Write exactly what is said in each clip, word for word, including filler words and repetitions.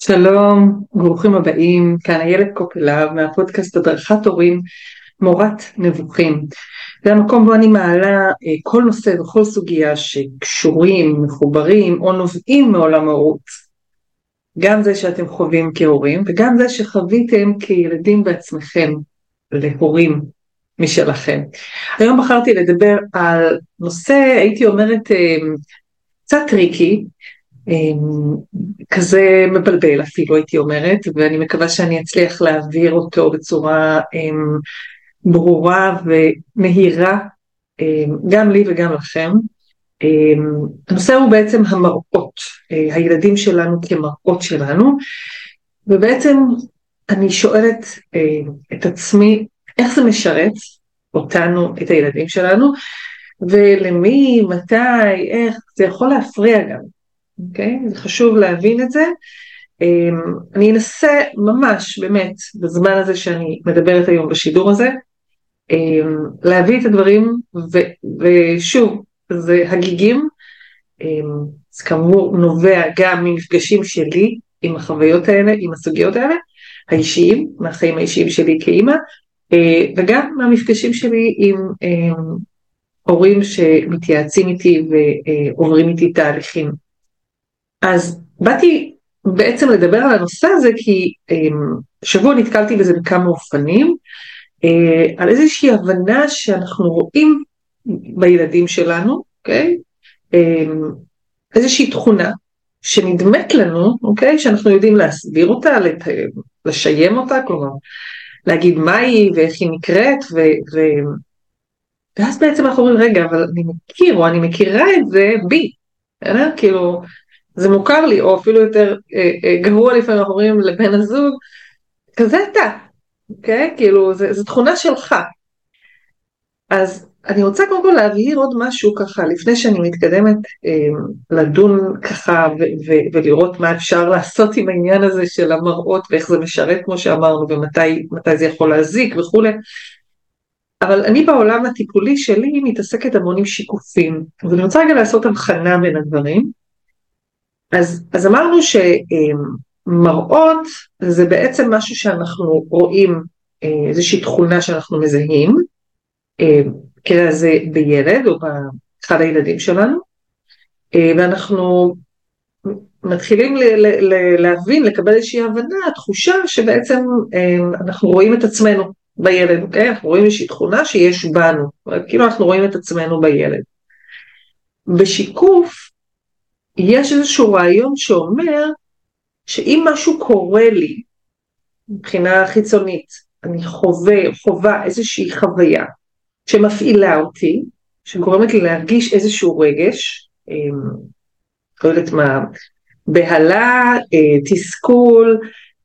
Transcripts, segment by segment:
שלום, ברוכים הבאים, כאן איילת קופלב מהפודקאסט הדרכת הורים, מורת נבוכים. זה המקום בו אני מעלה אה, כל נושא וכל סוגיה שקשורים, מחוברים או נובעים מעולם ההורות. גם זה שאתם חווים כהורים וגם זה שחוויתם כילדים בעצמכם, להורים משלכם. היום בחרתי לדבר על נושא, הייתי אומרת, אה, קצת טריקי, כזה מבלבל אפילו הייתי אומרת, ואני מקווה שאני אצליח להעביר אותו בצורה ברורה ומהירה גם לי וגם לכם. הנושא הוא בעצם המראות, הילדים שלנו כמראות שלנו, ובעצם אני שואלת את עצמי איך זה משרת אותנו, את הילדים שלנו, ולמי, מתי, איך, זה יכול להפריע גם. אוקיי? זה חשוב להבין את זה. אני אנסה ממש באמת בזמן הזה שאני מדברת היום בשידור הזה להביא את הדברים, ושוב זה הגיגים, זה כאמור נובע גם ממפגשים שלי עם החוויות האלה, עם הסוגיות האלה האישיים, מהחיים האישיים שלי כאימא, וגם מהמפגשים שלי עם הורים שמתייעצים איתי ועוברים איתי תהליכים. אז באתי בעצם לדבר על הנושא הזה כי שבוע נתקלתי בזה בכמה אופנים, על איזושהי הבנה שאנחנו רואים בילדים שלנו, אוקיי? איזושהי תכונה שנדמת לנו, אוקיי? שאנחנו יודעים להסביר אותה, לשיים אותה, כלומר, להגיד מה היא ואיך היא נקראת, ו... ו... ואז בעצם אנחנו אומרים, רגע, אבל אני מכיר או אני מכירה את זה בי, בסדר? כאילו... זה מוכר לי, או אפילו יותר אה, אה, גרוע לפעמים אנחנו אומרים לבן הזוג, כזה אתה, אוקיי? כאילו, זה, זה תכונה שלך. אז אני רוצה קודם כל להבהיר עוד משהו ככה, לפני שאני מתקדמת אה, לדון ככה, ו- ו- ולראות מה אפשר לעשות עם העניין הזה של המראות, ואיך זה משרת כמו שאמרנו, ומתי מתי זה יכול להזיק וכו'. אבל אני בעולם הטיפולי שלי מתעסקת המון עם שיקופים, ואני רוצה רגע לעשות הבחנה בין הדברים. אז, אז אמרנו שמראות זה בעצם משהו שאנחנו רואים, איזושהי תכונה שאנחנו מזהים, כדי זה בילד או באחד הילדים שלנו, ואנחנו מתחילים ל- ל- להבין, לקבל איזושהי הבנה, תחושה שבעצם אנחנו רואים את עצמנו בילד, אוקיי? אנחנו רואים איזושהי תכונה שיש בנו, כאילו אנחנו רואים את עצמנו בילד. בשיקוף, יש איזשהו רעיון שאומר שאם משהו קורה לי מבחינה חיצונית, אני חווה, חווה איזושהי חוויה שמפעילה אותי, שגורמת לי להרגיש איזשהו רגש, לא יודעת מה, בהלה, תסכול,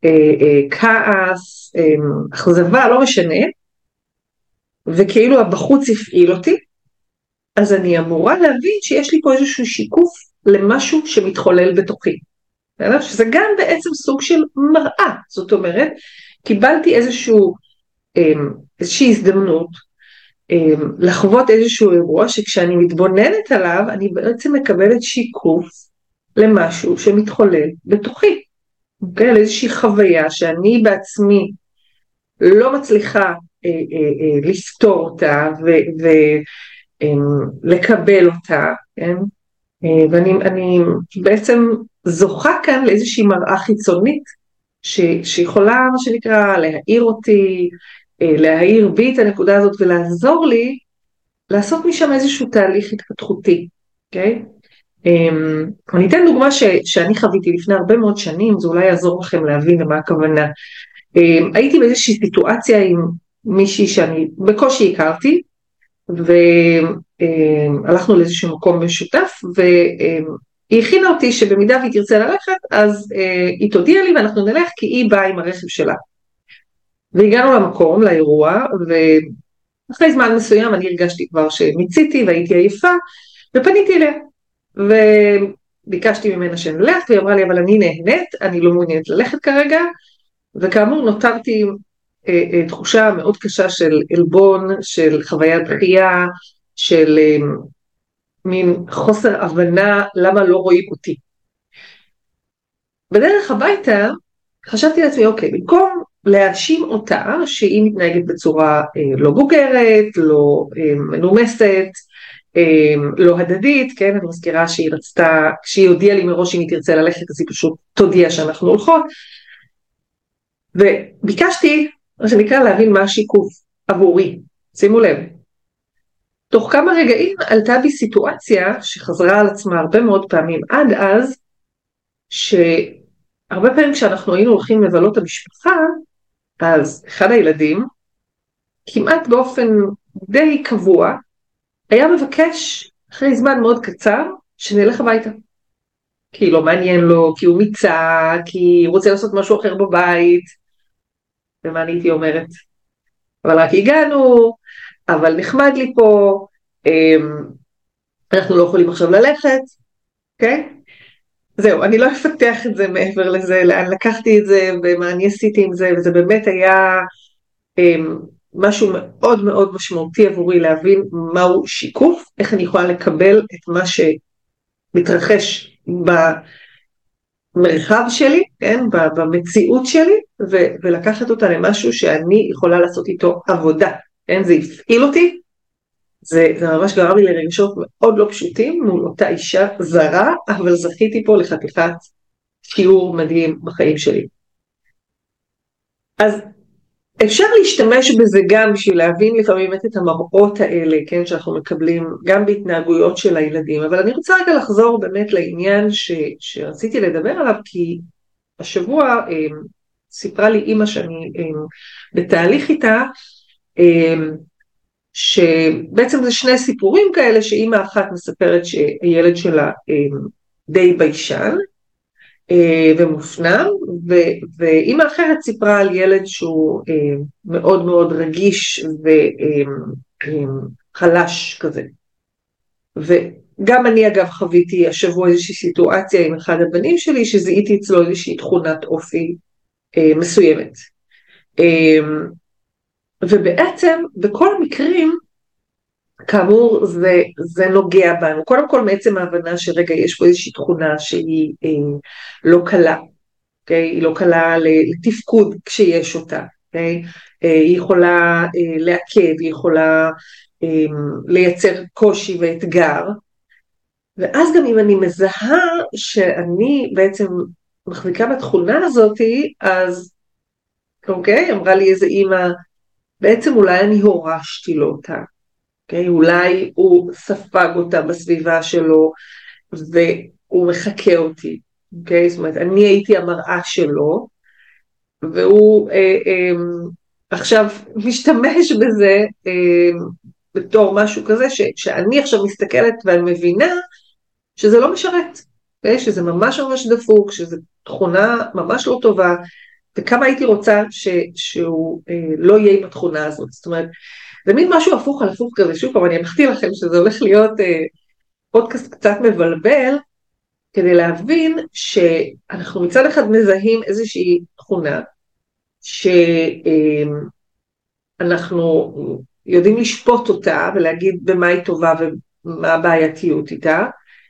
כעס, אכזבה, לא משנה, וכאילו הבחוץ הפעיל אותי, אז אני אמורה להבין שיש לי פה איזשהו שיקוף למשהו שמתחולל בתוכי. שזה גם בעצם סוג של מראה, זאת אומרת, קיבלתי איזשהו, איזושהי הזדמנות לחוות איזשהו אירוע שכשאני מתבוננת עליו, אני בעצם מקבלת שיקוף למשהו שמתחולל בתוכי. אוקיי? לאיזושהי חוויה שאני בעצמי לא מצליחה לפתור אותה ולקבל אותה, כן? ואני אני בעצם זוכה כאן לאיזושהי מראה חיצונית ש, שיכולה מה שנקרא להאיר אותי, להאיר בי את הנקודה הזאת ולעזור לי לעשות משם איזשהו תהליך התפתחותי, אוקיי? אני אתן דוגמה ש, שאני חוויתי לפני הרבה מאוד שנים, זה אולי יעזור לכם להבין למה הכוונה. הייתי באיזושהי סיטואציה עם מישהי שאני בקושי הכרתי, והלכנו לאיזשהו מקום משותף, והיא הכינה אותי שבמידה והיא תרצה ללכת, אז היא תודיע לי ואנחנו נלך, כי היא באה עם הרכב שלה. והגענו למקום, לאירוע, ואחרי זמן מסוים אני הרגשתי כבר שמיציתי והייתי עייפה, ופניתי אליה, וביקשתי ממנה שנלך, והיא אמרה לי, אבל אני נהנית, אני לא מעוניינת ללכת כרגע, וכאמור נותרתי תחושה מאוד קשה של אלבון, של חוויית דחייה, של מין חוסר הבנה למה לא רואים אותי. בדרך הביתה חשבתי לעצמי, אוקיי, במקום להאשים אותה שהיא מתנהגת בצורה אה, לא בוגרת, לא אה, מנומסת, אה, לא הדדית, כן, אני מזכירה שהיא רצתה, כשהיא הודיעה לי מראש אם היא תרצה ללכת, אז היא פשוט תודיע שאנחנו הולכות, וביקשתי, מה שנקרא, להבין מה השיקוף עבורי. שימו לב, תוך כמה רגעים עלתה בי סיטואציה שחזרה על עצמה הרבה מאוד פעמים עד אז, שהרבה פעמים כשאנחנו היינו הולכים לבלות המשפחה, אז אחד הילדים, כמעט באופן די קבוע, היה מבקש אחרי זמן מאוד קצר שנלך הביתה. כי לא מעניין לו, כי הוא מיצה, כי הוא רוצה לעשות משהו אחר בבית. ומה אני הייתי אומרת? אבל רק הגענו, אבל נחמד לי פה, אנחנו לא יכולים עכשיו ללכת, אוקיי? זהו, אני לא אפתח את זה מעבר לזה, לאן לקחתי את זה ומה אני עשיתי עם זה, וזה באמת היה משהו מאוד מאוד משמעותי עבורי להבין מהו שיקוף, איך אני יכולה לקבל את מה שמתרחש במרחב שלי, כן, במציאות שלי, ו- ולקחת אותה למשהו שאני יכולה לעשות איתו עבודה, כן, זה הפעיל אותי, זה, זה ממש גרם לי לרגשות מאוד לא פשוטים מול אותה אישה זרה, אבל זכיתי פה לחתיכת שיעור מדהים בחיים שלי. אז אפשר להשתמש בזה גם בשביל להבין לפעמים את המראות האלה, כן, שאנחנו מקבלים גם בהתנהגויות של הילדים, אבל אני רוצה רגע לחזור באמת לעניין ש, שרציתי לדבר עליו, כי השבוע אה, סיפרה לי אמא שאני אה, בתהליך איתה, אה, שבעצם זה שני סיפורים כאלה, שאמא אחת מספרת שהילד שלה אה, די ביישן, ומופנם, ואמא אחרת סיפרה על ילד שהוא מאוד מאוד רגיש וחלש כזה. וגם אני אגב חוויתי השבוע איזושהי סיטואציה עם אחד הבנים שלי, שזיהיתי אצלו איזושהי תכונת אופי מסוימת. ובעצם בכל המקרים, כאמור, זה, זה נוגע בנו. קודם כל, מעצם ההבנה שרגע יש פה איזושהי תכונה שהיא אה, לא קלה, okay? היא לא קלה לתפקוד כשיש אותה, okay? אה, היא יכולה אה, לעכב, היא יכולה אה, לייצר קושי ואתגר, ואז גם אם אני מזהה שאני בעצם מחזיקה בתכונה הזאת, אז, אוקיי, okay? אמרה לי איזה אמא, בעצם אולי אני הורשתי לו אותה, Okay, אולי הוא ספג אותה בסביבה שלו, והוא מחכה אותי. Okay, זאת אומרת, אני הייתי המראה שלו, והוא אה, אה, עכשיו משתמש בזה אה, בתור משהו כזה, ש, שאני עכשיו מסתכלת ואני מבינה, שזה לא משרת, okay, שזה ממש ממש דפוק, שזה תכונה ממש לא טובה, וכמה הייתי רוצה ש, שהוא אה, לא יהיה עם התכונה הזאת. זאת אומרת, זה מין משהו הפוך על הפוך כזה, שוב פעם, אני אמחתי לכם שזה הולך להיות אה, פודקאסט קצת מבלבל, כדי להבין שאנחנו מצד אחד מזהים איזושהי תכונה, שאנחנו יודעים לשפוט אותה, ולהגיד במה היא טובה ומה הבעייתיות איתה,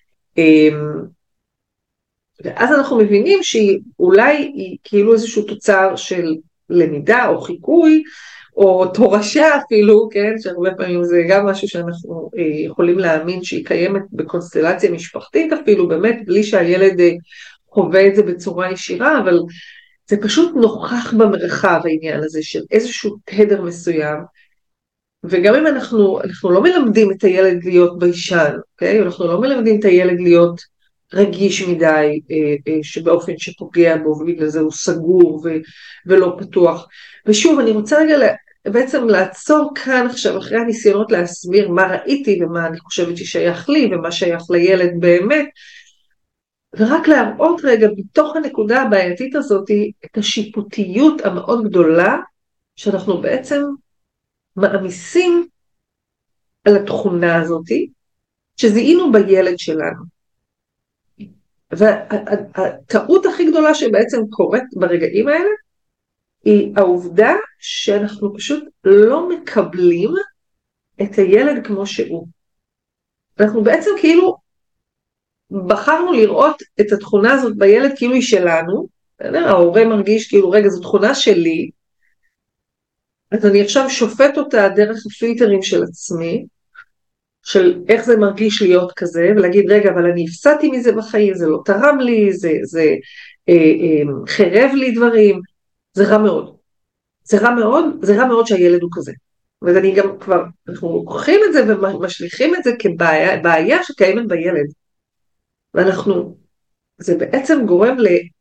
ואז אנחנו מבינים שהיא אולי היא כאילו איזשהו תוצר של למידה או חיקוי, או תורשה אפילו, כן, שהרבה פעמים זה גם משהו שאנחנו אה, יכולים להאמין שהיא קיימת בקונסטלציה משפחתית אפילו, באמת בלי שהילד אה, חווה את זה בצורה ישירה, אבל זה פשוט נוכח במרחב העניין הזה של איזשהו תדר מסוים, וגם אם אנחנו, אנחנו לא מלמדים את הילד להיות ביישן, okay? אנחנו לא מלמדים את הילד להיות רגיש מדי, שבאופן שפוגע בו, ובגלל זה הוא סגור ו- ולא פתוח. ושוב, אני רוצה רגע בעצם לעצור כאן עכשיו, אחרי הניסיונות להסביר מה ראיתי, ומה אני חושבת ששייך לי, ומה שייך לילד באמת, ורק להראות רגע בתוך הנקודה הבעייתית הזאת, את השיפוטיות המאוד גדולה, שאנחנו בעצם מעמיסים על התכונה הזאת, שזיהינו בילד שלנו. והטעות הכי גדולה שבעצם קורית ברגעים האלה, היא העובדה שאנחנו פשוט לא מקבלים את הילד כמו שהוא. אנחנו בעצם כאילו בחרנו לראות את התכונה הזאת בילד כאילו היא שלנו, ההורה מרגיש כאילו רגע זו תכונה שלי, אז אני עכשיו שופט אותה דרך הפילטרים של עצמי, של איך זה מרגיש להיות כזה, ולהגיד רגע אבל אני הפסדתי מזה בחיים, זה לא תרם לי, זה, זה אה, אה, חרב לי דברים, זה רע מאוד. זה רע מאוד, זה רע מאוד שהילד הוא כזה. ואני גם כבר, אנחנו לוקחים את זה ומשליכים את זה כבעיה, בעיה שקיימת בילד. ואנחנו, זה בעצם גורם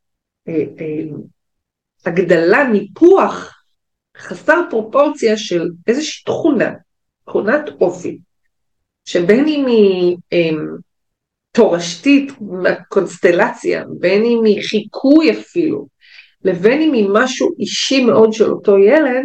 להגדלה, ניפוח, חסר פרופורציה של איזושהי תכונה, תכונת אופי, שבין אם היא תורשתית, קונסטלציה, בין אם היא חיקוי אפילו, לבין אם היא משהו אישי מאוד של אותו ילד,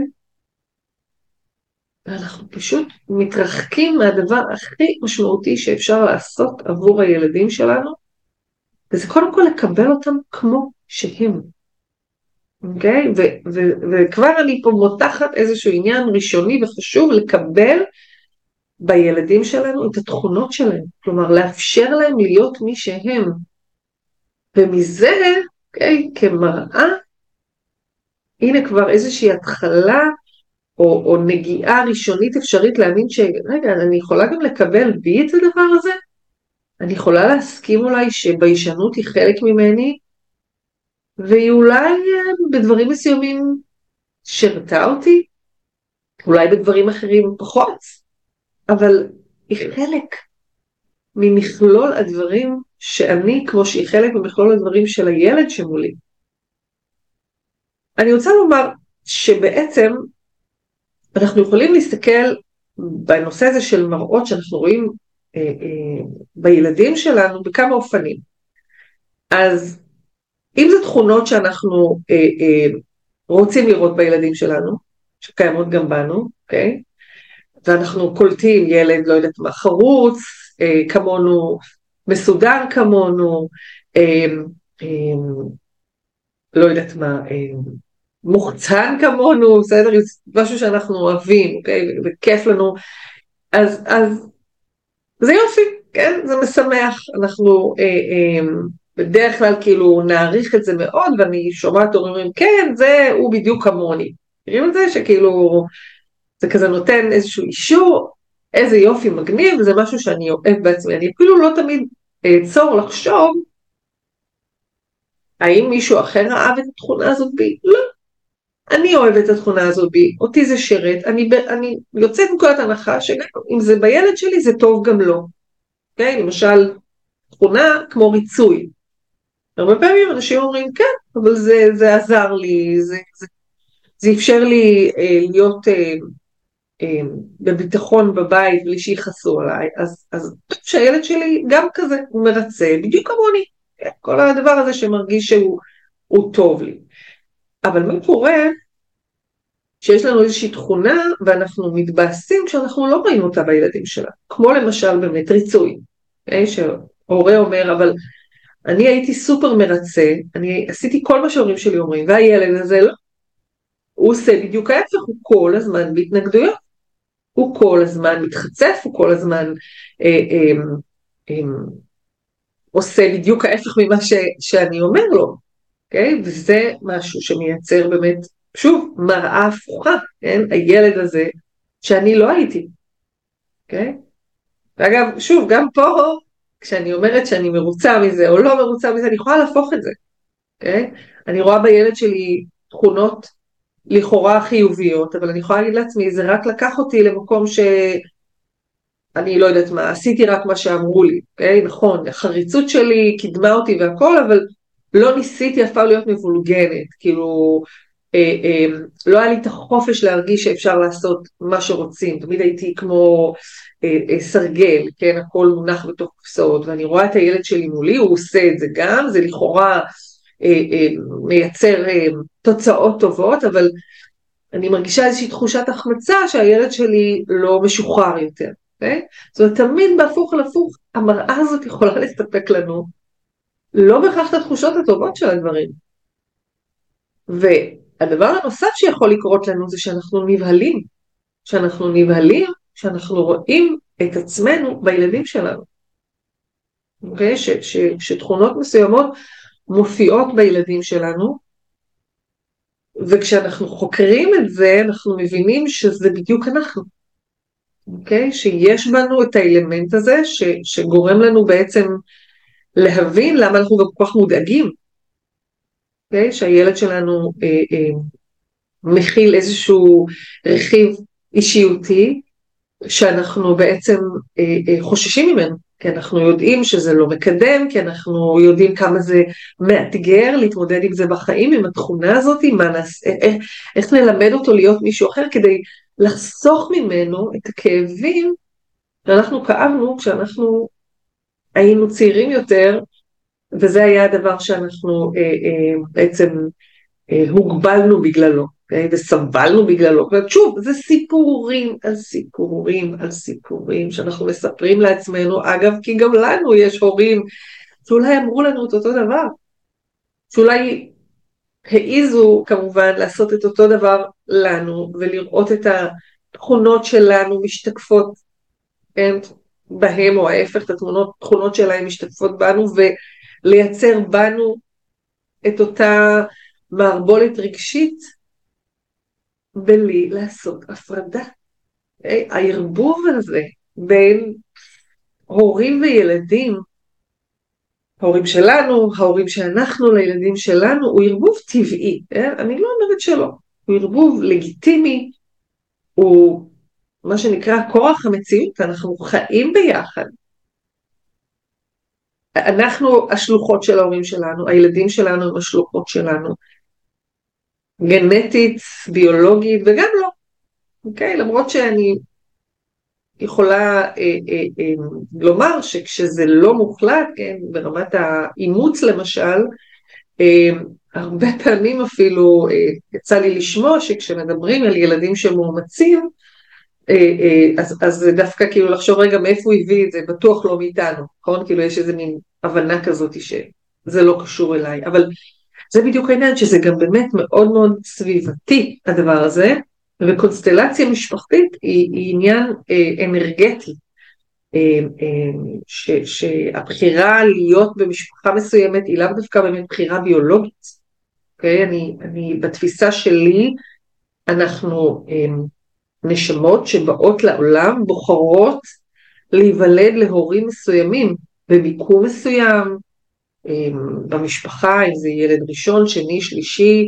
ואנחנו פשוט מתרחקים מהדבר הכי משמעותי שאפשר לעשות עבור הילדים שלנו, וזה קודם כל לקבל אותם כמו שהם. אוקיי? ו- ו- וכבר אני פה מותחת איזשהו עניין ראשוני וחשוב לקבל בילדים שלנו את התכונות שלהם, כלומר לאפשר להם להיות מי שהם. ומזה, אוקיי, כמראה, הנה כבר איזושהי התחלה, או, או נגיעה ראשונית אפשרית להאמין שרגע, אני יכולה גם לקבל בי את הדבר הזה? אני יכולה להסכים אולי שביישנות היא חלק ממני, והיא אולי בדברים מסוימים שרתה אותי, אולי בדברים אחרים פחות, אבל היא חלק ממכלול הדברים שאני, כמו שהיא חלק ממכלול הדברים של הילד שמולי. אני רוצה לומר שבעצם אנחנו יכולים להסתכל בנושא הזה של מראות שאנחנו רואים אה, אה, בילדים שלנו בכמה אופנים. אז אם זה תכונות שאנחנו אה, אה, רוצים לראות בילדים שלנו, שקיימות גם בנו, אוקיי? ואנחנו קולטים ילד, לא יודעת מה, חרוץ, אה, כמונו, מסודר כמונו, אה, אה, לא יודעת מה, אה, מוחצן כמונו, בסדר? משהו שאנחנו אוהבים, אוקיי? וכיף לנו. אז, אז זה יופי, כן? זה משמח. אנחנו אה, אה, בדרך כלל כאילו נעריך את זה מאוד, ואני שומעת אומרים, כן, זה הוא בדיוק כמוני. תראים את זה שכאילו, זה כזה נותן איזשהו אישור, איזה יופי מגניב, וזה משהו שאני אוהב בעצמי. אני אפילו לא תמיד אעצור לחשוב, האם מישהו אחר אהב את התכונה הזאת בי? לא. אני אוהבת את התכונה הזאת בי, אותי זה שרת, אני, אני יוצאת מכל הנחה שגם אם זה בילד שלי זה טוב גם לא. Okay? למשל, תכונה כמו ריצוי. הרבה פעמים אנשים אומרים, כן, אבל זה, זה עזר לי, זה, זה, זה אפשר לי אה, להיות אה, אה, בביטחון בבית, בלי שיחסו עליי, אז, אז שהילד שלי גם כזה, הוא מרצה, בדיוק כמוני, כל הדבר הזה שמרגיש שהוא הוא טוב לי. אבל מה קורה שיש לנו איזושהי תכונה, ואנחנו מתבאסים כשאנחנו לא רואים אותה בילדים שלה, כמו למשל באמת ריצוי, okay? שההורה אומר, אבל אני הייתי סופר מרצה, אני עשיתי כל מה שההורים שלי אומרים, והילד הזה לא, הוא עושה בדיוק ההפך, הוא כל הזמן בהתנגדויות, הוא כל הזמן מתחצף, הוא כל הזמן אה, אה, אה, עושה בדיוק ההפך ממה ש, שאני אומר לו, okay? וזה משהו שמייצר באמת, שוב, מראה הפוכה, כן? הילד הזה שאני לא הייתי, okay? ואגב, שוב, גם פה, כשאני אומרת שאני מרוצה מזה או לא מרוצה מזה, אני יכולה להפוך את זה, okay? אני רואה בילד שלי תכונות לכאורה חיוביות, אבל אני יכולה להגיד לעצמי, זה רק לקח אותי למקום שאני לא יודעת מה, עשיתי רק מה שאמרו לי, okay? נכון, החריצות שלי קידמה אותי והכל, אבל לא ניסיתי אף פעם להיות מבולגנת, כאילו, אה, אה, לא היה לי את החופש להרגיש שאפשר לעשות מה שרוצים, תמיד הייתי כמו אה, אה, סרגל, כן, הכל מונח בתוך קופסאות, ואני רואה את הילד שלי מולי, הוא עושה את זה גם, זה לכאורה אה, אה, מייצר אה, תוצאות טובות, אבל אני מרגישה איזושהי תחושת החמצה שהילד שלי לא משוחרר יותר, okay? זאת אומרת, תמיד בהפוך להפוך, המראה הזאת יכולה לספק לנו, לא בהכרח את התחושות הטובות של הדברים. והדבר הנוסף שיכול לקרות לנו זה שאנחנו נבהלים, שאנחנו נבהלים, שאנחנו רואים את עצמנו בילדים שלנו. אוקיי? ש, ש, שתכונות מסוימות מופיעות בילדים שלנו, וכשאנחנו חוקרים את זה, אנחנו מבינים שזה בדיוק אנחנו, אוקיי? שיש בנו את האלמנט הזה, ש, שגורם לנו בעצם להבין למה אנחנו גם כל כך מודאגים, אוקיי? שהילד שלנו אה, אה, מכיל איזשהו רכיב אישיותי, שאנחנו בעצם אה, אה, חוששים ממנו, כי אנחנו יודעים שזה לא מקדם, כי אנחנו יודעים כמה זה מאתגר להתמודד עם זה בחיים, עם התכונה הזאת, מה נעשה, איך, איך נלמד אותו להיות מישהו אחר, כדי לחסוך ממנו את הכאבים שאנחנו כאבנו כשאנחנו היינו צעירים יותר, וזה היה הדבר שאנחנו אה, אה, בעצם אה, הוגבלנו בגללו, okay? וסבלנו בגללו, ושוב, זה סיפורים על סיפורים על סיפורים שאנחנו מספרים לעצמנו, אגב, כי גם לנו יש הורים שאולי אמרו לנו את אותו דבר, שאולי העיזו כמובן לעשות את אותו דבר לנו, ולראות את התכונות שלנו משתקפות כן, בהם, או ההפך, את התמונות, תכונות שלהם משתקפות בנו, ולייצר בנו את אותה מערבולת רגשית, בלי לעשות הפרדה. הערבוב הזה בין הורים וילדים, ההורים שלנו, ההורים שאנחנו לילדים שלנו, הוא ערבוב טבעי, אני לא אומרת שלא, הוא ערבוב לגיטימי, הוא מה שנקרא כורח המציאות, אנחנו חיים ביחד. אנחנו השלוחות של ההורים שלנו, הילדים שלנו הם השלוחות שלנו, גנטית, ביולוגית וגם לא. אוקיי? למרות שאני יכולה אה, אה, אה, לומר שכשזה לא מוחלט, כן, ברמת האימוץ למשל, אה, הרבה פעמים אפילו אה, יצא לי לשמוע שכשמדברים על ילדים שמאומצים, אה, אה, אז, אז דווקא כאילו לחשוב רגע מאיפה הוא הביא את זה, בטוח לא מאיתנו, נכון? כאילו יש איזה מין הבנה כזאת שזה לא קשור אליי, אבל זה בדיוק העניין שזה גם באמת מאוד מאוד סביבתי הדבר הזה, וקונסטלציה משפחתית היא, היא עניין אה, אנרגטי, אה, אה, ש, שהבחירה להיות במשפחה מסוימת היא לאו דווקא באמת בחירה ביולוגית, אוקיי? אני, אני בתפיסה שלי אנחנו אה, נשמות שבאות לעולם בוחרות להיוולד להורים מסוימים במיקום מסוים, במשפחה, אם זה ילד ראשון, שני, שלישי,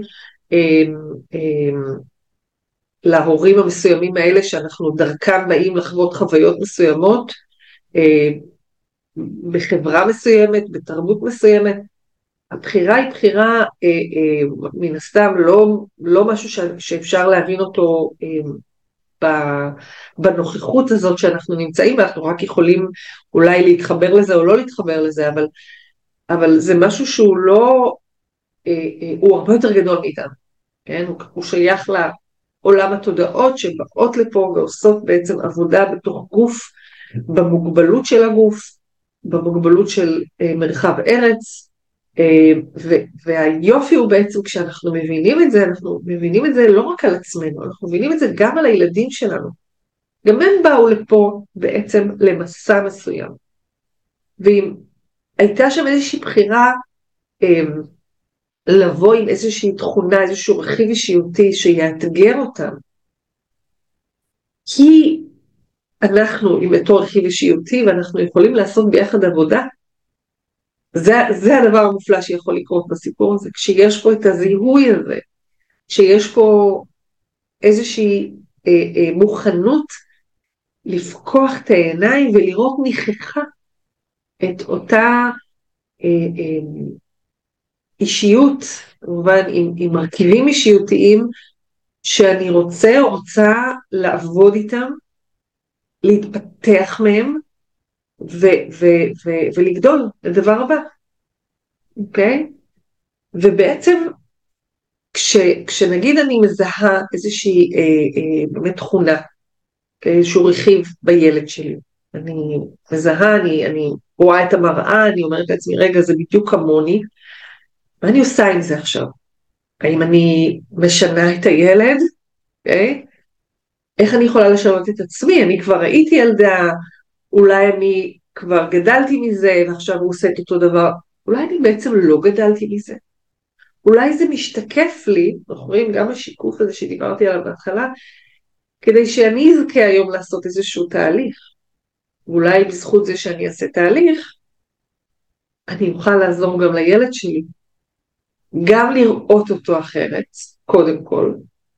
להורים המסוימים האלה שאנחנו דרכם באים לחוות חוויות מסוימות, בחברה מסוימת, בתרבות מסוימת. הבחירה היא בחירה מן הסתם לא, לא משהו שאפשר להבין אותו בנוכחות הזאת שאנחנו נמצאים, אנחנו רק יכולים אולי להתחבר לזה או לא להתחבר לזה, אבל אבל זה משהו שהוא לא, הוא הרבה יותר גדול מאיתנו, כן? הוא, הוא שייך לעולם התודעות שבאות לפה ועושות בעצם עבודה בתוך גוף, במוגבלות של הגוף, במוגבלות של מרחב ארץ, והיופי הוא בעצם כשאנחנו מבינים את זה, אנחנו מבינים את זה לא רק על עצמנו, אנחנו מבינים את זה גם על הילדים שלנו. גם הם באו לפה בעצם למסע מסוים. ואם הייתה שם איזושהי בחירה לבוא עם איזושהי תכונה, איזשהו רכיב אישיותי שיאתגר אותם, כי אנחנו עם אותו רכיב אישיותי ואנחנו יכולים לעשות ביחד עבודה, זה, זה הדבר המופלא שיכול לקרות בסיפור הזה, כשיש פה את הזיהוי הזה, שיש פה איזושהי אה, אה, מוכנות לפקוח את העיניים ולראות נכחה את אותה אה, אה, אישיות, כמובן עם, עם מרכיבים אישיותיים, שאני רוצה או רוצה לעבוד איתם, להתפתח מהם, ו- ו- ו- ולגדול לדבר הבא. אוקיי? ובעצם, כש, כשנגיד אני מזהה איזושהי אה, אה, באמת תכונה, איזשהו רכיב בילד שלי, אני מזהה, אני, אני רואה את המראה, אני אומרת לעצמי, רגע, זה בדיוק כמוני, מה אני עושה עם זה עכשיו? האם אני משנה את הילד? Okay? איך אני יכולה לשנות את עצמי? אני כבר ראיתי ילדה, אולי אני כבר גדלתי מזה, ועכשיו הוא עושה את אותו דבר. אולי אני בעצם לא גדלתי מזה. אולי זה משתקף לי, אנחנו רואים גם השיקוף הזה שדיברתי עליו בהתחלה, כדי שאני אזכה היום לעשות איזשהו תהליך. ואולי בזכות זה שאני אעשה תהליך, אני אוכל לעזור גם לילד שלי. גם לראות אותו אחרת, קודם כל.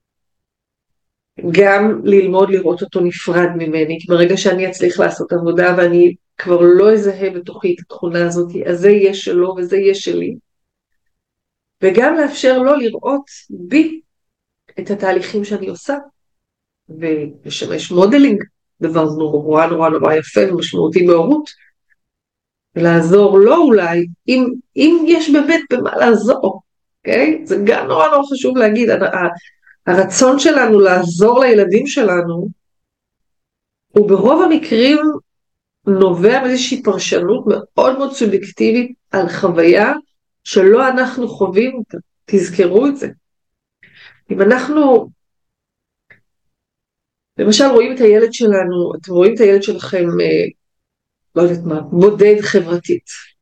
גם ללמוד לראות אותו נפרד ממני, כי ברגע שאני אצליח לעשות עבודה ואני כבר לא אזהה בתוכי את התכונה הזאת, אז זה יהיה שלו וזה יהיה שלי. וגם לאפשר לו לראות בי את התהליכים שאני עושה, ולשמש מודלינג, דבר נורא נורא נורא יפה ומשמעותי בהורות, ולעזור לו אולי, אם, אם יש באמת במה לעזור, אוקיי? זה גם נורא נורא חשוב להגיד, הרצון שלנו לעזור לילדים שלנו, הוא ברוב המקרים נובע מאיזושהי פרשנות מאוד מאוד סובייקטיבית על חוויה שלא אנחנו חווים אותה. תזכרו את זה. אם אנחנו, למשל רואים את הילד שלנו, אתם רואים את הילד שלכם, לא יודעת מה, בודד חברתית.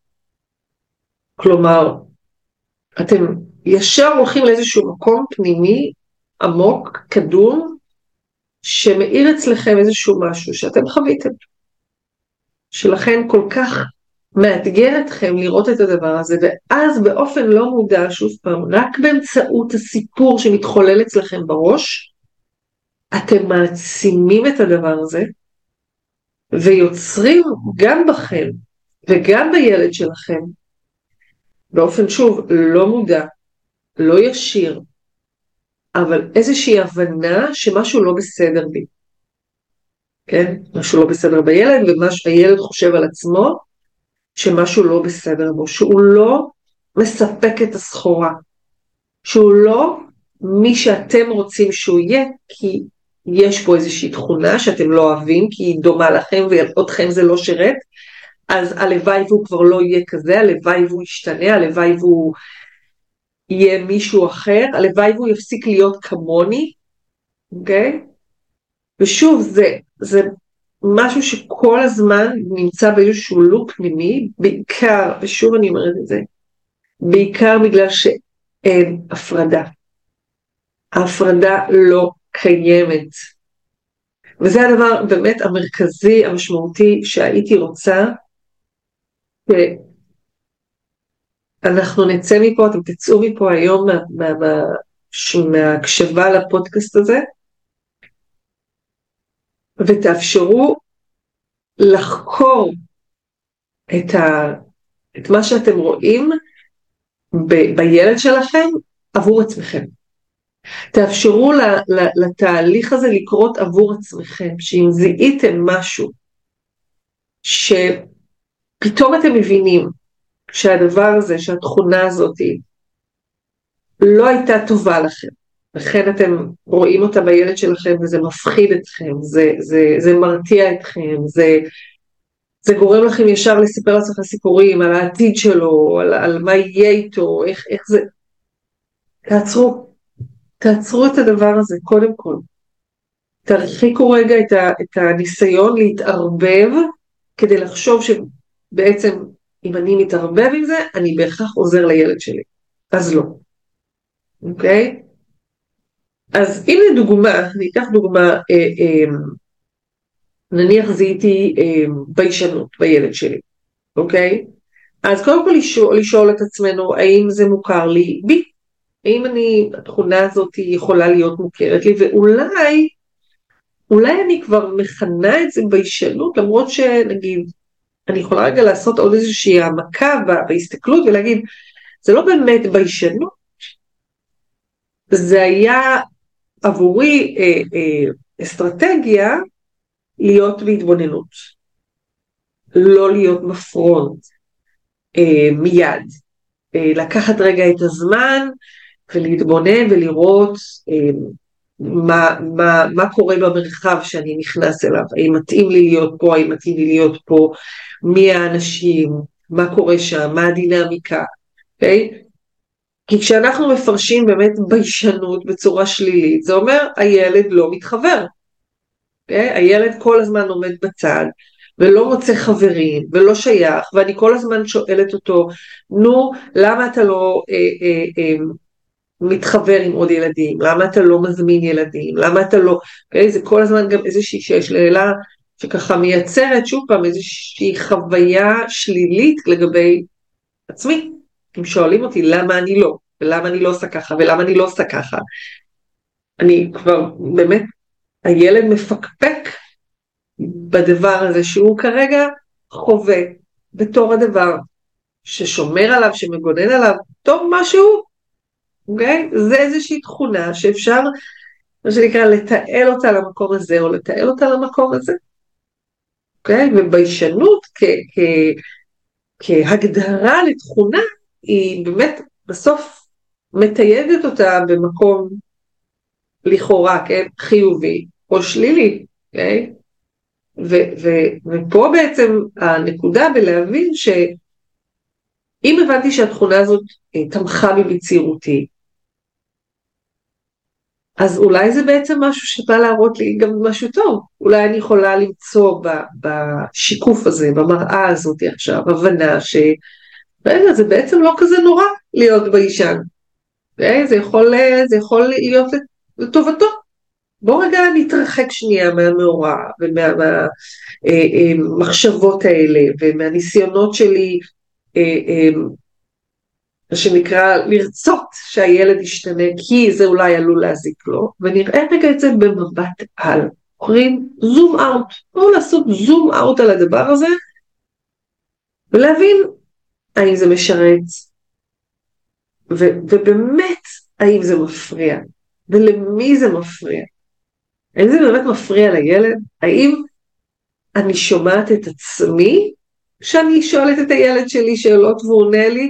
כלומר, אתם ישר הולכים לאיזשהו מקום פנימי, עמוק, קדום, שמאיר אצלכם איזשהו משהו שאתם חוויתם. שלכן כל כך מאתגר אתכם לראות את הדבר הזה, ואז באופן לא מודע, שוב פעם, רק באמצעות הסיפור שמתחולל אצלכם בראש, אתם מעצימים את הדבר הזה, ויוצרים גם בכם, וגם בילד שלכם, באופן שוב לא מודע, לא ישיר, אבל איזושהי הבנה שמשהו לא בסדר בי. כן? משהו לא בסדר בילד, ומה שהילד חושב על עצמו, שמשהו לא בסדר בו, שהוא לא מספק את הסחורה, שהוא לא מי שאתם רוצים שהוא יהיה, כי יש פה איזושהי תכונה שאתם לא אוהבים, כי היא דומה לכם ואותכם זה לא שרת, אז הלוואי והוא כבר לא יהיה כזה, הלוואי והוא ישתנה, הלוואי והוא יהיה מישהו אחר, הלוואי והוא יפסיק להיות כמוני, אוקיי? ושוב, זה, זה משהו שכל הזמן נמצא באיזשהו לופ פנימי, בעיקר, ושוב אני אומרת את זה, בעיקר בגלל שאין הפרדה. ההפרדה לא קיימת. וזה הדבר באמת המרכזי, המשמעותי, שהייתי רוצה, שאנחנו נצא מפה, אתם תצאו מפה היום מה, מה, מה, מהקשבה לפודקאסט הזה, ותאפשרו לחקור את, ה, את מה שאתם רואים ב, בילד שלכם עבור עצמכם. תאפשרו ל, ל, לתהליך הזה לקרות עבור עצמכם, שאם זיהיתם משהו, שפתאום אתם מבינים שהדבר הזה, שהתכונה הזאת לא הייתה טובה לכם, לכן אתם רואים אותה בילד שלכם, וזה מפחיד אתכם, זה, זה, זה מרתיע אתכם, זה, זה גורם לכם ישר לספר לעצמכם סיפורים על העתיד שלו, על, על מה יהיה איתו, איך, איך זה. תעצרו, תעצרו את הדבר הזה, קודם כל. תרחיקו רגע את, ה, את הניסיון להתערבב, כדי לחשוב שבעצם, אם אני מתערבב עם זה, אני בהכרח עוזר לילד שלי. אז לא. אוקיי? אז הנה דוגמה, אני אקח דוגמה, אה, אה, נניח זיהיתי אה, ביישנות בילד שלי, אוקיי? אז קודם כל לשאול, לשאול את עצמנו, האם זה מוכר לי בי? האם אני, התכונה הזאת יכולה להיות מוכרת לי, ואולי, אולי אני כבר מכנה את זה ביישנות, למרות שנגיד, אני יכולה רגע לעשות עוד איזושהי העמקה בהסתכלות, ולהגיד, זה לא באמת ביישנות, זה היה עבורי אה, אה, אסטרטגיה להיות בהתבוננות, לא להיות בפרונט אה, מיד, אה, לקחת רגע את הזמן ולהתבונן ולראות אה, מה, מה, מה קורה במרחב שאני נכנס אליו, האם מתאים לי להיות פה, האם מתאים לי להיות פה, מי האנשים, מה קורה שם, מה הדינמיקה, אוקיי? Okay? כי כשאנחנו מפרשים באמת ביישנות בצורה שלילית, זה אומר הילד לא מתחבר. Okay? הילד כל הזמן עומד בצד, ולא מוצא חברים, ולא שייך, ואני כל הזמן שואלת אותו, נו, למה אתה לא אה, אה, אה, מתחבר עם עוד ילדים? למה אתה לא מזמין ילדים? למה אתה לא... Okay, זה כל הזמן גם איזושהי שאלה שככה מייצרת שוב פעם איזושהי חוויה שלילית לגבי עצמי. אם שואלים אותי למה אני לא, ולמה אני לא עושה ככה, ולמה אני לא עושה ככה, אני כבר באמת, הילד מפקפק בדבר הזה שהוא כרגע חווה בתור הדבר ששומר עליו, שמגונן עליו, טוב משהו, אוקיי? זה איזושהי תכונה שאפשר, מה שנקרא, לתעל אותה למקום הזה, או לתעל אותה למקום הזה, אוקיי? וביישנות כ- כ- כהגדרה לתכונה, היא באמת בסוף מתייגת אותה במקום לכאורה, כן? חיובי או שלילי, אוקיי? ו- ו- ופה בעצם הנקודה בלהבין שאם הבנתי שהתכונה הזאת תמכה בי בצעירותי, אז אולי זה בעצם משהו שבא להראות לי גם משהו טוב. אולי אני יכולה למצוא בשיקוף הזה, במראה הזאת עכשיו, הבנה ש... רגע, זה בעצם לא כזה נורא להיות ביישן. זה יכול, זה יכול להיות לטובתו. בוא רגע נתרחק שנייה מהמאורע ומהמחשבות האלה ומהניסיונות שלי, מה שנקרא לרצות שהילד ישתנה, כי זה אולי עלול להזיק לו, ונראה רגע את זה במבט על. קוראים זום אאוט, בואו לעשות זום אאוט על הדבר הזה, ולהבין האם זה משרת, ו- ובאמת האם זה מפריע, ולמי זה מפריע. האם זה באמת מפריע לילד? האם אני שומעת את עצמי, שאני שואלת את הילד שלי שאלות והוא עונה לי,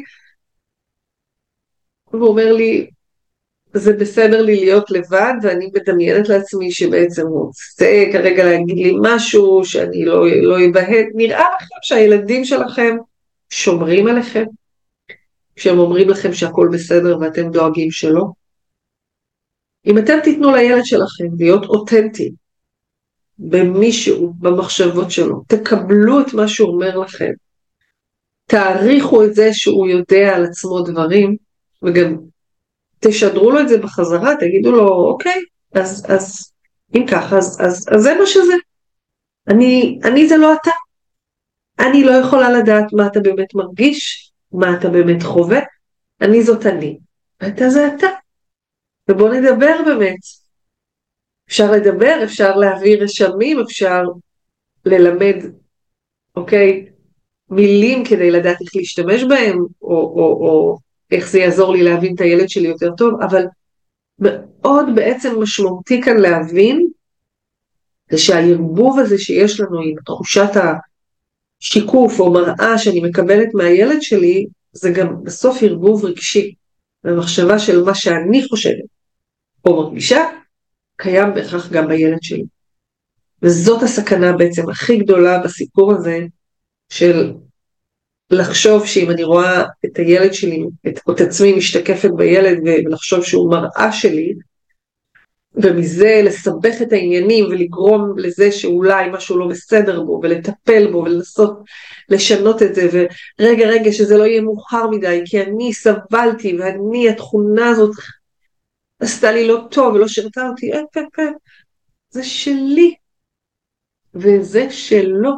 והוא אומר לי, זה בסדר לי להיות לבד, ואני מדמיינת לעצמי שבעצם הוא רוצה כרגע להגיד לי משהו, שאני לא, לא אבהד. נראה לכם שהילדים שלכם שומרים עליכם, כשהם אומרים לכם שהכל בסדר ואתם דואגים שלא? אם אתם תיתנו לילד שלכם להיות אותנטי, במישהו, במחשבות שלו, תקבלו את מה שהוא אומר לכם, תעריכו את זה שהוא יודע על עצמו דברים, וגם תשדרו לו את זה בחזרה, תגידו לו, אוקיי, אז, אז אם ככה, אז, אז, אז זה מה שזה. אני, אני זה לא אתה. אני לא יכולה לדעת מה אתה באמת מרגיש, מה אתה באמת חווה. אני זאת אני. ואתה זה אתה. ובוא נדבר באמת. אפשר לדבר, אפשר להעביר רשמים, אפשר ללמד, אוקיי, מילים כדי לדעת איך להשתמש בהם, או, או, או איך זה יעזור לי להבין את הילד שלי יותר טוב, אבל מאוד בעצם משמעותי כאן להבין, זה שהערבוב הזה שיש לנו עם תחושת השיקוף או מראה שאני מקבלת מהילד שלי, זה גם בסוף ערבוב רגשי, במחשבה של מה שאני חושבת או מרגישה, קיים בהכרח גם בילד שלי. וזאת הסכנה בעצם הכי גדולה בסיפור הזה, של לחשוב שאם אני רואה את הילד שלי, את, את עצמי משתקפת בילד, ולחשוב שהוא מראה שלי, ומזה לסבך את העניינים ולגרום לזה שאולי משהו לא בסדר בו, ולטפל בו ולנסות לשנות את זה, ורגע רגע שזה לא יהיה מאוחר מדי, כי אני סבלתי ואני התכונה הזאת עשתה לי לא טוב ולא שרתה אותי, אפ אפ אפ, זה שלי וזה שלו,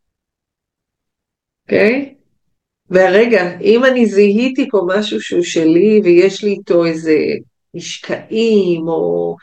אוקיי? Okay? והרגע, אם אני זיהיתי פה משהו שהוא שלי ויש לי איתו איזה משקעים או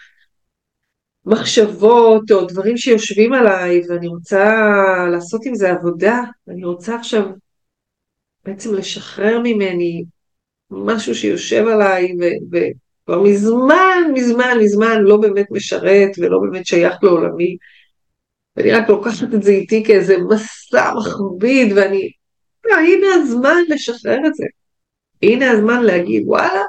מחשבות או דברים שיושבים עליי ואני רוצה לעשות עם זה עבודה, אני רוצה עכשיו בעצם לשחרר ממני משהו שיושב עליי וכבר מזמן מזמן מזמן לא באמת משרת ולא באמת שייך לעולמי, ואני רק לוקחת את זה איתי כאיזה מסע מכביד, ואני, לא, הנה הזמן לשחרר את זה, הנה הזמן להגיד וואלה,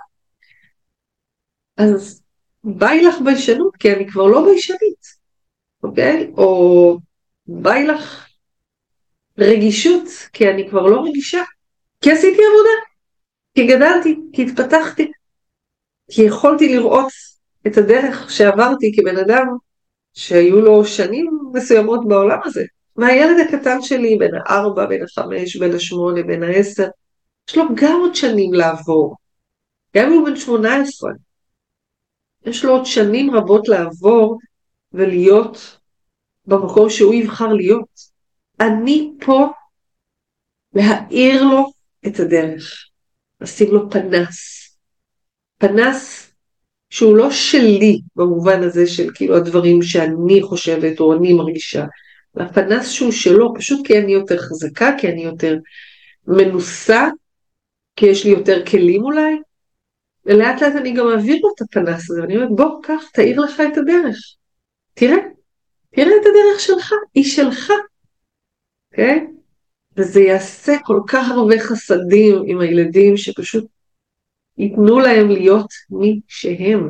אז ביי לך ביישנות, כי אני כבר לא ביישנית, אוקיי? או ביי לך רגישות, כי אני כבר לא רגישה, כי עשיתי עבודה, כי גדלתי, כי התפתחתי, כי יכולתי לראות את הדרך שעברתי כבן אדם, שהיו לו שנים מסוימות בעולם הזה, והילד הקטן שלי, בין הארבע, בין החמש, בין השמונה, בין העשר, יש לו גם עוד שנים לעבור. גם אם הוא בן שמונה עשרה. יש לו עוד שנים רבות לעבור ולהיות במקום שהוא יבחר להיות. אני פה להאיר לו את הדרך. לשים לו פנס. פנס שהוא לא שלי במובן הזה של כאילו הדברים שאני חושבת או אני מרגישה. הפנס שהוא שלו, פשוט כי אני יותר חזקה, כי אני יותר מנוסה, כי יש לי יותר כלים אולי. ולאט לאט אני גם אעביר לו את הפנס הזה, ואני אומרת, בוא, קח, תאיר לך את הדרך. תראה, תראה את הדרך שלך, היא שלך. אוקיי? Okay? וזה יעשה כל כך הרבה חסדים עם הילדים, שפשוט ייתנו להם להיות מי שהם.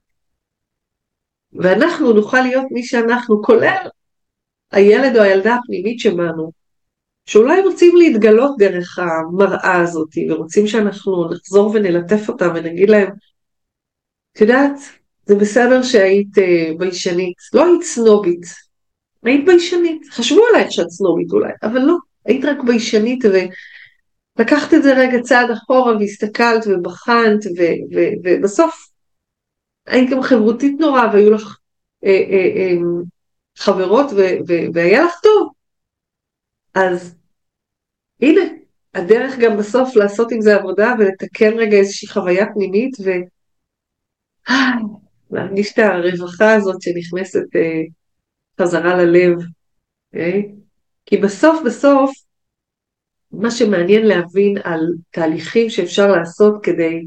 ואנחנו נוכל להיות מי שאנחנו, כולל הילד או הילדה הפנימית שבנו, שאולי רוצים להתגלות דרך המראה הזאת, ורוצים שאנחנו נחזור ונלטף אותם ונגיד להם, את יודעת, זה בסדר שהיית uh, ביישנית, לא היית סנובית, היית ביישנית, חשבו עלייך שאת סנובית אולי, אבל לא, היית רק ביישנית, ולקחת את זה רגע צעד אחורה, והסתכלת ובחנת, ו- ו- ובסוף היית גם חברותית נורא, והיו לך אה, אה, אה, חברות, ו- ו- והיה לך טוב. אז הנה, הדרך גם בסוף לעשות עם זה עבודה, ולתקן רגע איזושהי חוויה פנימית, ו... להרגיש את הרווחה הזאת שנכנסת אה, חזרה ללב. אה? כי בסוף בסוף, מה שמעניין להבין על תהליכים שאפשר לעשות כדי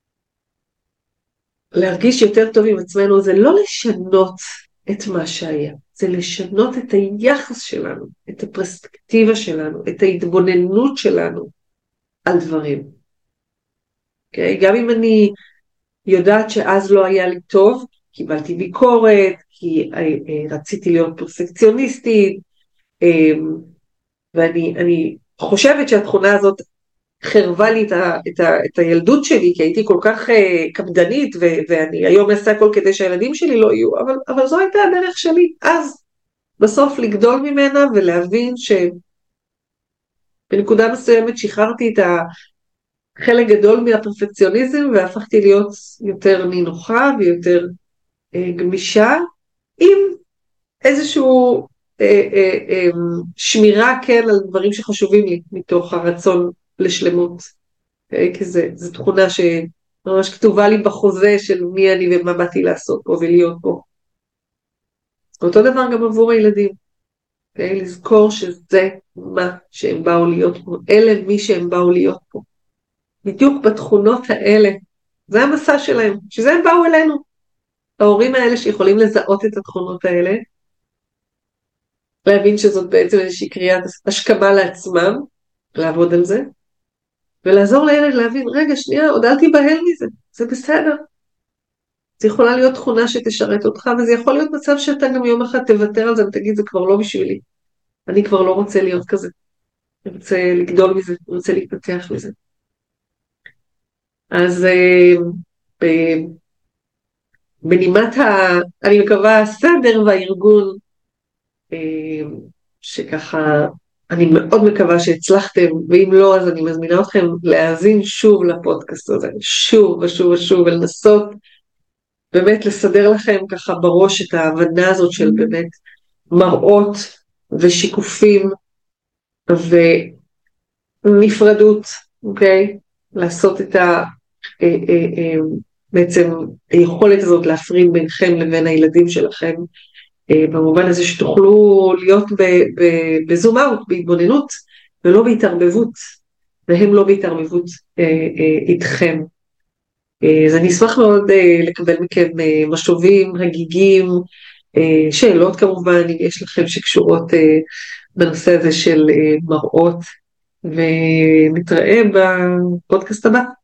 להרגיש יותר טוב עם עצמנו, זה לא לשנות את מה שהיה, זה לשנות את היחס שלנו, את הפרספקטיבה שלנו, את ההתבוננות שלנו על דברים. Okay? גם אם אני יודעת שאז לא היה לי טוב, קיבלתי ביקורת, כי רציתי להיות פרפקציוניסטית, ואני אני חושבת שהתכונה הזאת חרבה לי את, ה, את, ה, את הילדות שלי, כי הייתי כל כך קפדנית, ו, ואני היום אעשה הכל כדי שהילדים שלי לא יהיו, אבל, אבל זו הייתה הדרך שלי, אז בסוף לגדול ממנה ולהבין שבנקודה מסוימת שחררתי את ה... חלק גדול מהפרפקציוניזם, והפכתי להיות יותר נינוחה ויותר אה, גמישה, עם איזשהו אה, אה, אה, שמירה כן על דברים שחשובים לי, מתוך הרצון לשלמות. אה, כי זה, זו תכונה שממש כתובה לי בחוזה של מי אני ומה באתי לעשות פה ולהיות פה. אותו דבר גם עבור הילדים. אה, לזכור שזה מה שהם באו להיות פה, אלה מי שהם באו להיות פה. בדיוק בתכונות האלה, זה המסע שלהם, שזה הם באו אלינו, ההורים האלה שיכולים לזהות את התכונות האלה, להבין שזאת בעצם איזושהי קריאת השכמה לעצמם, לעבוד על זה, ולעזור לילד להבין, רגע שנייה, עוד אל תיבהל מזה, זה בסדר, זה יכולה להיות תכונה שתשרת אותך, וזה יכול להיות מצב שאתה גם יום אחד תוותר על זה, ותגיד זה כבר לא בשבילי, אני כבר לא רוצה להיות כזה, אני רוצה לגדול מזה, אני רוצה להתפתח מזה. אז בנימת ה... אני מקווה הסדר והארגון, שככה אני מאוד מקווה שהצלחתם, ואם לא אז אני מזמינה אתכם להאזין שוב לפודקאסט הזה, שוב ושוב ושוב, ולנסות באמת לסדר לכם ככה בראש את ההבנה הזאת של באמת מראות ושיקופים ונפרדות, אוקיי? לעשות את ה... בעצם היכולת הזאת להפריד ביניכם לבין הילדים שלכם, במובן הזה שתוכלו להיות בזום אאוט, בהתבוננות, ולא בהתערבבות, והם לא בהתערבבות איתכם. אז אני אשמח מאוד לקבל מכם משובים, הגיגים, שאלות כמובן, אם יש לכם שקשורות בנושא הזה של מראות, ונתראה בפודקאסט הבא.